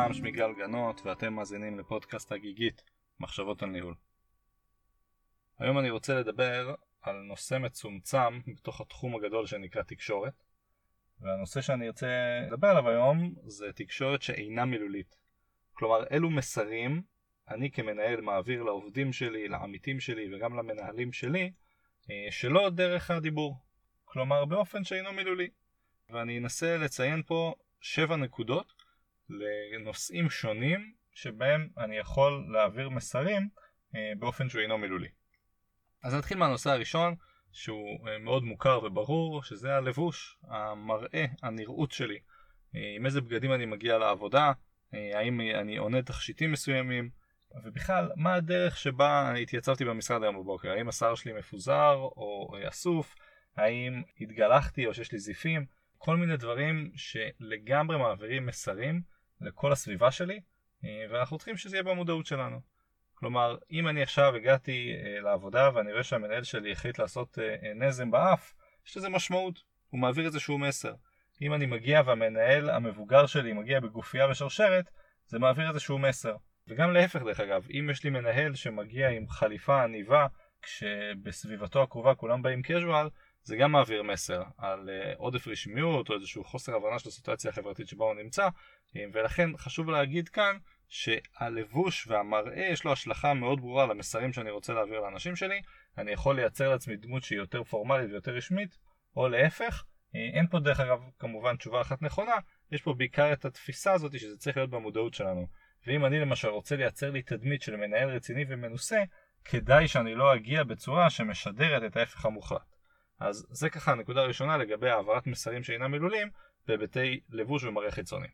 שלום, שמי גל גנות ואתם מאזינים לפודקאסט הגיגית, מחשבות על ניהול. היום אני רוצה לדבר על נושא מצומצם בתוך התחום הגדול שנקרא תקשורת, והנושא שאני רוצה לדבר עליו היום זה תקשורת שאינה מילולית. כלומר, אילו מסרים אני כמנהל מעביר לעובדים שלי, לעמיתים שלי וגם למנהלים שלי, שלא דרך הדיבור. כלומר, באופן שאינו מילולי. ואני אנסה לציין פה 7 נקודות לנושאים שונים שבהם אני יכול להעביר מסרים באופן שהוא אינו מילולי. אז נתחיל מהנושא הראשון שהוא מאוד מוכר וברור, שזה הלבוש, המראה, הנראות שלי. עם איזה בגדים אני מגיע לעבודה, האם אני עונה תכשיטים מסוימים, ובכלל מה הדרך שבה התייצבתי במשרד היום בבוקר. האם השיער שלי מפוזר או אסוף, האם התגלחתי או שיש לי זיפים. כל מיני דברים שלגמרי מעבירים מסרים לכל הסביבה שלי, ואנחנו צריכים שזה יהיה במודעות שלנו. כלומר, אם אני עכשיו הגעתי לעבודה ואני רואה שהמנהל שלי החליט לעשות נזם באף, יש לזה משמעות, הוא מעביר איזשהו מסר. אם אני מגיע והמנהל המבוגר שלי מגיע בגופייה ושרשרת, זה מעביר איזשהו מסר. וגם להפך דרך אגב, אם יש לי מנהל שמגיע עם חליפה עניבה, כשבסביבתו הקרובה כולם באים קז'ואל, זה גם מעביר מסר על עודף רשמיות או איזשהו חוסר הבנה של הסיטואציה החברתית שבה הוא נמצא, ולכן חשוב להגיד כאן שהלבוש והמראה יש לו השלכה מאוד ברורה למסרים שאני רוצה להעביר לאנשים שלי. אני יכול לייצר לעצמי דמות שהיא יותר פורמלית ויותר רשמית, או להפך. אין פה דרך אגב כמובן תשובה אחת נכונה, יש פה בעיקר את התפיסה הזאת שזה צריך להיות במודעות שלנו. ואם אני למשל רוצה לייצר לי תדמית של מנהל רציני ומנוסה, כדאי שאני לא אגיע בצורה שמשדרת את ההפך המוחלט. אז זה ככה הנקודה הראשונה לגבי העברת מסרים שאינם מילוליים בהיבטי לבוש ומראה חיצוני.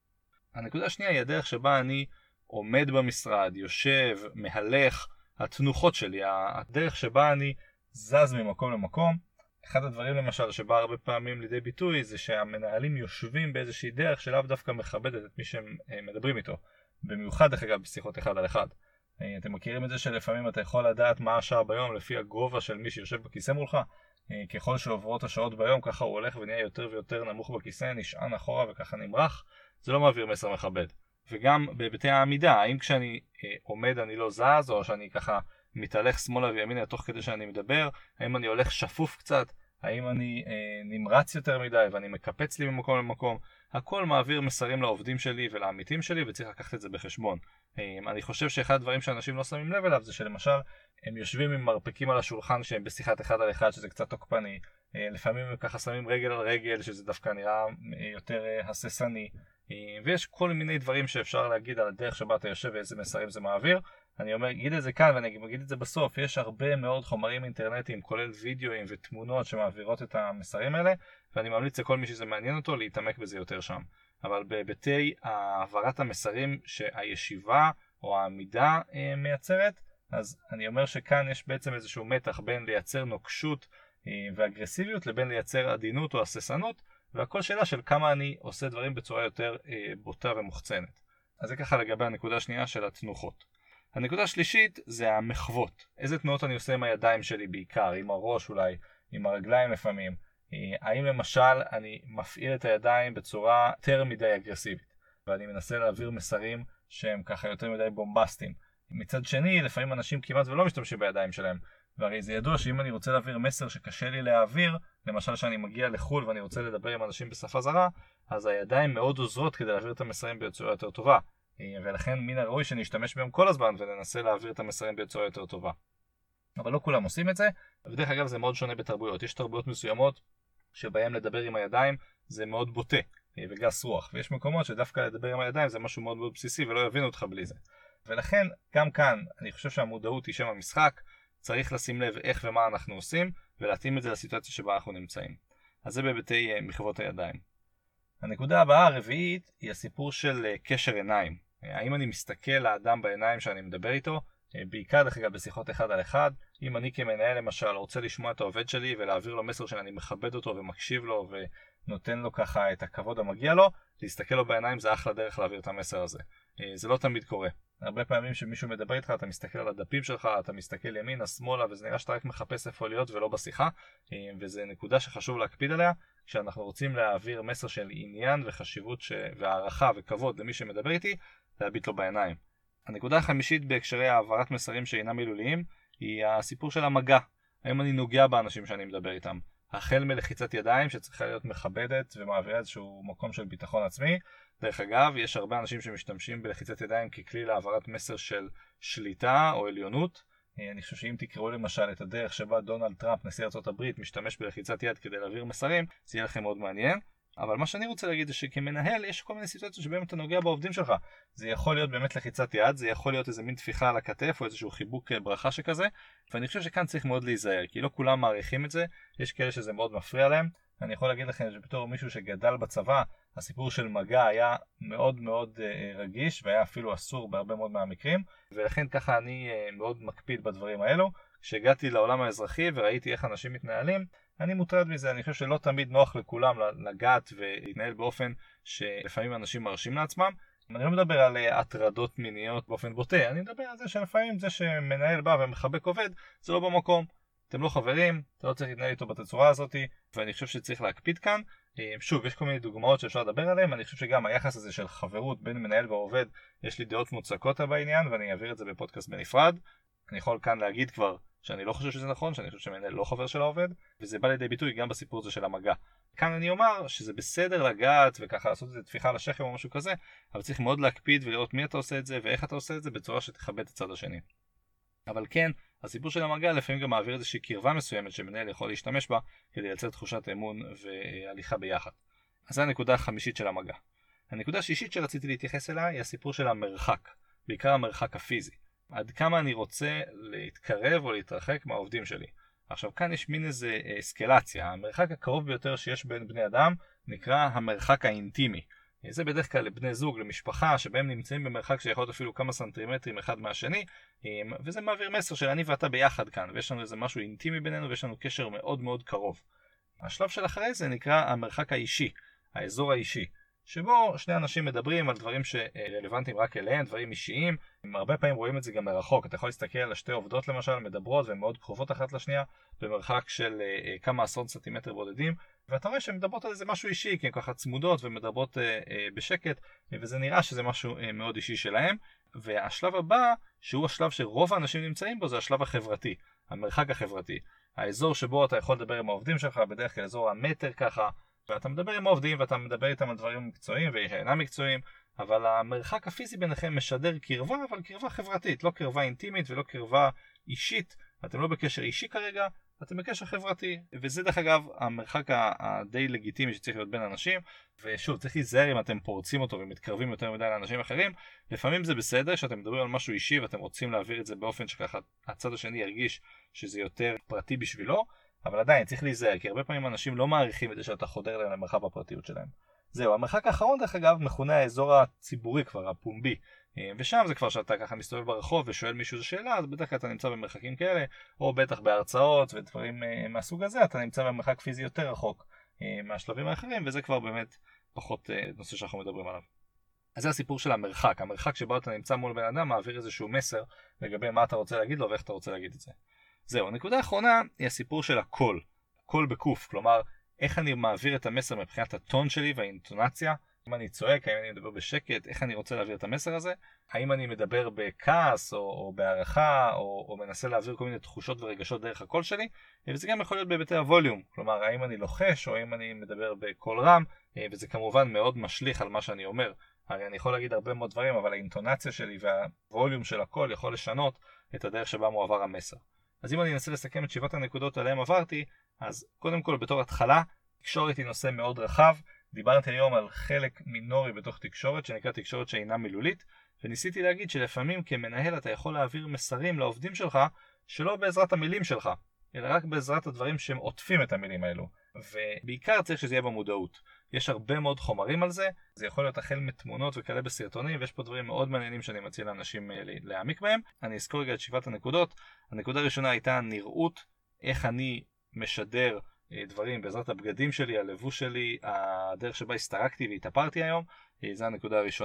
הנקודה השנייה היא הדרך שבה אני עומד במשרד, יושב, מהלך, התנוחות שלי, הדרך שבה אני זז ממקום למקום. אחד הדברים למשל שבא הרבה פעמים לידי ביטוי זה שהמנהלים יושבים באיזושהי דרך שלאו דווקא מכבדת את מי שהם מדברים איתו. במיוחד דרך אגב בשיחות אחד על אחד. אתם מכירים את זה שלפעמים אתה יכול לדעת מה השעה ביום לפי הגובה של מי שיושב בכיסא מולך. ככל שעוברות השעות ביום ככה הוא הולך ונהיה יותר ויותר נמוך בכיסא, נשען אחורה וככה נמרח. זה לא מעביר מסר מכבד. וגם בהיבטי העמידה, האם כשאני עומד אני לא זז, או שאני ככה מתהלך שמאלה וימינה תוך כדי שאני מדבר, האם אני הולך שפוף קצת, האם אני נמרץ יותר מדי ואני מקפץ לי ממקום למקום. הכל מעביר מסרים לעובדים שלי ולעמיתים שלי וצריך לקחת את זה בחשבון. אני חושב שאחד הדברים שאנשים לא שמים לב אליו זה שלמשל הם יושבים עם מרפקים על השולחן שהם בשיחת אחד על אחד שזה קצת תוקפני, לפעמים הם ככה שמים רגל על רגל שזה דווקא נראה יותר הססני, ויש כל מיני דברים שאפשר להגיד על הדרך שבה אתה יושב ואיזה מסרים זה מעביר. אני אגיד את זה כאן ואני אגיד את זה בסוף. יש הרבה מאוד חומרים אינטרנטיים כולל וידאוים ותמונות שמעבירות את המסרים האלה, ואני ממליץ לכל מי שזה מעניין אותו להתעמק בזה יותר שם. אבל בהיבטי העברת המסרים שהישיבה או העמידה מייצרת, אז אני אומר שכאן יש בעצם איזשהו מתח בין לייצר נוקשות ואגרסיביות לבין לייצר עדינות או הססנות, והכל שאלה של כמה אני עושה דברים בצורה יותר בוטה ומוחצנת. אז זה ככה לגבי הנקודה השנייה של התנוחות. הנקודה השלישית זה המחוות. איזה תנועות אני עושה עם הידיים שלי בעיקר, עם הראש אולי, עם הרגליים לפעמים. האם למשל אני מפעיל את הידיים בצורה יותר מדי אגרסיבית, ואני מנסה להעביר מסרים שהם ככה יותר מדי בומבסטיים. מצד שני, לפעמים אנשים כמעט ולא משתמשים בידיים שלהם. והרי זה ידוע שאם אני רוצה להעביר מסר שקשה לי להעביר, למשל שאני מגיע לחול ואני רוצה לדבר עם אנשים בשפה זרה, אז הידיים מאוד עוזרות כדי להעביר את המסרים בצורה יותר טובה. ולכן מן הראוי שנשתמש בהם כל הזמן וננסה להעביר את המסרים בצורה יותר טובה. אבל לא כולם עושים את זה, ודרך אגב זה מאוד שונה בתרבויות. יש תרבויות מסוימות שבהם לדבר עם הידיים זה מאוד בוטה וגס רוח, ויש מקומות שדווקא לדבר עם הידיים זה משהו מאוד מאוד בסיסי ולא יבינו אותך בלי זה. ולכן גם כאן אני חושב שהמודעות היא שם המשחק. צריך לשים לב איך ומה אנחנו עושים ולהתאים את זה לסיטואציה שבה אנחנו נמצאים. אז זה בהיבטי מחוות הידיים. הנקודה הבאה הרביעית היא הסיפור של קשר עיניים. האם אני מסתכל לאדם בעיניים שאני מדבר איתו, בעיקר דרך אגב בשיחות אחד על אחד. אם אני כמנהל למשל רוצה לשמוע את העובד שלי ולהעביר לו מסר שאני מכבד אותו ומקשיב לו ונותן לו ככה את הכבוד המגיע לו, להסתכל לו בעיניים זה אחלה דרך להעביר את המסר הזה. זה לא תמיד קורה. הרבה פעמים שמישהו מדבר איתך, אתה מסתכל על הדפים שלך, אתה מסתכל ימינה, שמאלה, וזה נראה שאתה רק מחפש איפה להיות ולא בשיחה, וזה נקודה שחשוב להקפיד עליה, כשאנחנו רוצים להעביר מסר של עניין וחשיבות והערכה וכבוד למי שמדבר איתי, להביט לו בעיניים. הנקודה החמישית בהקשרי העברת מסרים שאינם מילוליים, היא הסיפור של המגע. האם אני נוגע באנשים שאני מדבר איתם. החל מלחיצת ידיים שצריכה להיות מכבדת ומעבירה איזשהו מקום של ביטחון עצמי. דרך אגב, יש הרבה אנשים שמשתמשים בלחיצת ידיים ככלי להעברת מסר של שליטה או עליונות. אני חושב שאם תקראו למשל את הדרך שבה דונלד טראמפ, נשיא ארצות הברית, משתמש בלחיצת יד כדי להעביר מסרים, זה יהיה לכם מאוד מעניין. אבל מה שאני רוצה להגיד זה שכמנהל יש כל מיני סיטואציות שבהם אתה נוגע בעובדים שלך. זה יכול להיות באמת לחיצת יד, זה יכול להיות איזה מין תפיחה על הכתף או איזשהו חיבוק ברכה שכזה, ואני חושב שכאן צריך מאוד להיזהר, כי לא כולם מעריכים את זה, יש כאלה שזה מאוד מפריע להם. אני יכול להגיד לכם שבתור מישהו שגדל בצבא, הסיפור של מגע היה מאוד מאוד רגיש, והיה אפילו אסור בהרבה מאוד מהמקרים, ולכן ככה אני מאוד מקפיד בדברים האלו. כשהגעתי לעולם האזרחי וראיתי איך אנשים מתנהלים, אני מוטרד מזה. אני חושב שלא תמיד נוח לכולם לגעת ולהתנהל באופן שלפעמים אנשים מרשים לעצמם. אני לא מדבר על הטרדות מיניות באופן בוטה, אני מדבר על זה שלפעמים זה שמנהל בא ומחבק עובד, זה לא במקום. אתם לא חברים, אתה לא צריך להתנהל איתו בתצורה הזאת, ואני חושב שצריך להקפיד כאן. שוב, יש כל מיני דוגמאות שאפשר לדבר עליהן, אני חושב שגם היחס הזה של חברות בין מנהל ועובד, יש לי דעות מוצקות בעניין, ואני אעביר את זה בפודקאסט בנפרד. אני יכול כאן להגיד כבר שאני לא חושב שזה נכון, שאני חושב שמנהל לא חבר של העובד, וזה בא לידי ביטוי גם בסיפור הזה של המגע. כאן אני אומר שזה בסדר לגעת וככה לעשות את זה תפיחה על השכם או משהו כזה, אבל צריך מאוד להקפיד ולראות מי אתה עושה את זה ואיך אתה עושה את זה בצורה שתכבד את הצד השני. אבל כן, הסיפור של המגע לפעמים גם מעביר איזושהי קרבה מסוימת שמנהל יכול להשתמש בה כדי לייצר תחושת אמון והליכה ביחד. אז זו הנקודה החמישית של המגע. הנקודה השישית שרציתי להתייחס אליה היא הסיפור של המרחק, בעיקר המרחק הפיזי. עד כמה אני רוצה להתקרב או להתרחק מהעובדים שלי. עכשיו כאן יש מין איזה אסקלציה. המרחק הקרוב ביותר שיש בין בני אדם נקרא המרחק האינטימי. זה בדרך כלל לבני זוג, למשפחה, שבהם נמצאים במרחק שיכול להיות אפילו כמה סנטימטרים אחד מהשני, וזה מעביר מסר של אני ואתה ביחד כאן, ויש לנו איזה משהו אינטימי בינינו ויש לנו קשר מאוד מאוד קרוב. השלב של אחרי זה נקרא המרחק האישי, האזור האישי, שבו שני אנשים מדברים על דברים שרלוונטיים רק אליהם, דברים אישיים. הרבה פעמים רואים את זה גם מרחוק. אתה יכול להסתכל על שתי עובדות למשל, מדברות והן מאוד קרובות אחת לשנייה, במרחק של כמה עשרות סנטימטר בודדים, ואתה רואה שהן מדברות על איזה משהו אישי, כי הן ככה צמודות ומדברות בשקט, וזה נראה שזה משהו מאוד אישי שלהם. והשלב הבא, שהוא השלב שרוב האנשים נמצאים בו, זה השלב החברתי, המרחק החברתי. האזור שבו אתה יכול לדבר עם העובדים שלך, בדרך כלל אזור המטר ככה, ואתה מדבר עם העובדים ואתה מדבר איתם על דברים מקצועיים ואינם מקצועיים, אבל המרחק הפיזי ביניכם משדר קרבה, אבל קרבה חברתית, לא קרבה אינטימית ולא קרבה אישית. אתם לא בקשר אישי כרגע, אתם בקשר חברתי, וזה דרך אגב המרחק הדי לגיטימי שצריך להיות בין אנשים. ושוב, צריך להיזהר אם אתם פורצים אותו ומתקרבים יותר מדי לאנשים אחרים. לפעמים זה בסדר שאתם מדברים על משהו אישי ואתם רוצים להעביר את זה באופן שככה הצד השני ירגיש שזה יותר פרטי בשבילו, אבל עדיין צריך להיזהר, כי הרבה פעמים אנשים לא מעריכים את זה שאתה חודר להם למרחב הפרטיות שלהם. זהו, המרחק האחרון דרך אגב מכונה האזור הציבורי כבר, הפומבי, ושם זה כבר שאתה ככה מסתובב ברחוב ושואל מישהו זו שאלה, אז בדרך כלל אתה נמצא במרחקים כאלה, או בטח בהרצאות ודברים מהסוג הזה, אתה נמצא במרחק פיזי יותר רחוק מהשלבים האחרים, וזה כבר באמת פחות נושא שאנחנו מדברים עליו. אז זה הסיפור של המרחק, המרחק שבו אתה נמצא מול בן אדם מעביר איזשהו מסר לגבי מה אתה רוצה להגיד לו ואיך אתה רוצה להגיד את זה. זהו, הנקודה האחרונה היא הסיפור של הקול, קול בקוף, כלומר איך אני מעביר את המסר מבחינת הטון שלי והאינטונציה. אם אני צועק, האם אני מדבר בשקט, איך אני רוצה להעביר את המסר הזה, האם אני מדבר בכעס או בערכה או מנסה להעביר כל מיני תחושות ורגשות דרך הקול שלי, וזה גם יכול להיות בהיבטי הווליום, כלומר האם אני לוחש או האם אני מדבר בקול רם, וזה כמובן מאוד משליך על מה שאני אומר. הרי אני יכול להגיד הרבה מאוד דברים, אבל האינטונציה שלי והווליום של הקול יכול לשנות את הדרך שבה מועבר המסר. אז אם אני אנסה לסכם את 7 הנקודות עליהם עברתי, אז קודם כל בתור התחלה, תקשורת היא נושא מאוד רחב. דיברתי היום על חלק מינורי בתוך תקשורת שנקרא תקשורת שאינה מילולית, וניסיתי להגיד שלפעמים כמנהל אתה יכול להעביר מסרים לעובדים שלך שלא בעזרת המילים שלך, אלא רק בעזרת הדברים שהם עוטפים את המילים האלו, ובעיקר צריך שזה יהיה במודעות. יש הרבה מאוד חומרים על זה, זה יכול להיות החל מתמונות וכאלה בסרטונים, ויש פה דברים מאוד מעניינים שאני מציע לאנשים להעמיק בהם. אני אזכור רגע את 7 הנקודות. הנקודה הראשונה הייתה נראות, איך אני משדר דברים בעזרת הבגדים שלי, הלבוש שלי, הדרך שבה הסתרקתי והתאפרתי היום, זו הנקודה הראשונה.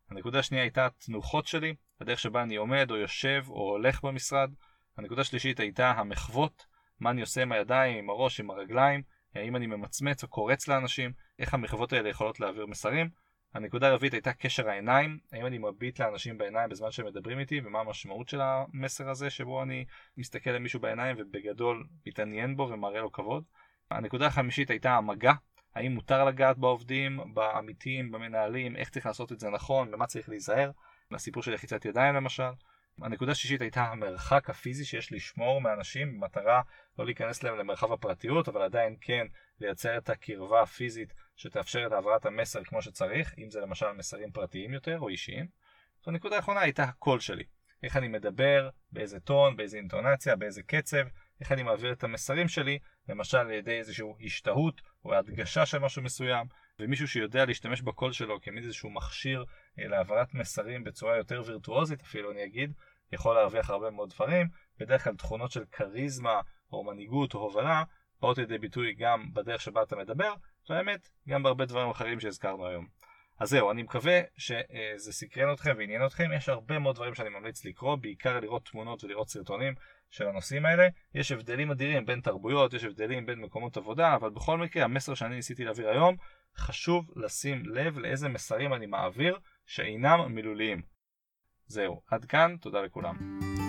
הנקודה השנייה הייתה התנוחות שלי, הדרך שבה אני עומד או יושב או הולך במשרד. הנקודה השלישית הייתה המחוות, מה אני עושה עם הידיים, עם הראש, עם הרגליים, האם אני ממצמץ או קורץ לאנשים, איך המחוות האלה יכולות להעביר מסרים. הנקודה הרביעית הייתה קשר העיניים, האם אני מביט לאנשים בעיניים בזמן שהם מדברים איתי, ומה המשמעות של המסר הזה שבו אני מסתכל למישהו בעיניים ובגדול מתעניין בו ומראה לו כבוד. הנקודה החמישית הייתה המגע, האם מותר לגעת בעובדים, בעמיתים, במנהלים, איך צריך לעשות את זה נכון, ומה צריך להיזהר, לסיפור של לחיצת ידיים למשל. הנקודה השישית הייתה המרחק הפיזי שיש לשמור מאנשים במטרה לא להיכנס להם למרחב הפרטיות, אבל עדיין כן לייצר את הקרבה הפיזית שתאפשר את העברת המסר כמו שצריך, אם זה למשל מסרים פרטיים יותר או אישיים. הנקודה האחרונה הייתה הקול שלי, איך אני מדבר, באיזה טון, באיזה אינטונציה, באיזה קצב, איך אני מעביר את המסרים שלי, למשל על ידי איזושהי השתהות או הדגשה של משהו מסוים, ומישהו שיודע להשתמש בקול שלו כאיזשהו מכשיר להעברת מסרים בצורה יותר וירטואוזית אפילו אני אגיד, יכול להרוויח הרבה מאוד דברים. בדרך כלל תכונות של קריזמה או מנהיגות או הובלה באות לידי ביטוי גם בדרך שבה אתה מדבר, והאמת גם בהרבה דברים אחרים שהזכרנו היום. אז זהו, אני מקווה שזה סקרן אתכם ועניין אתכם. יש הרבה מאוד דברים שאני ממליץ לקרוא, בעיקר לראות תמונות ולראות סרטונים של הנושאים האלה. יש הבדלים אדירים בין תרבויות, יש הבדלים בין מקומות עבודה, אבל בכל מקרה המסר שאני ניסיתי להעביר היום, חשוב לשים לב לאיזה מסרים אני מעביר שאינם מילוליים. זהו, עד כאן, תודה לכולם.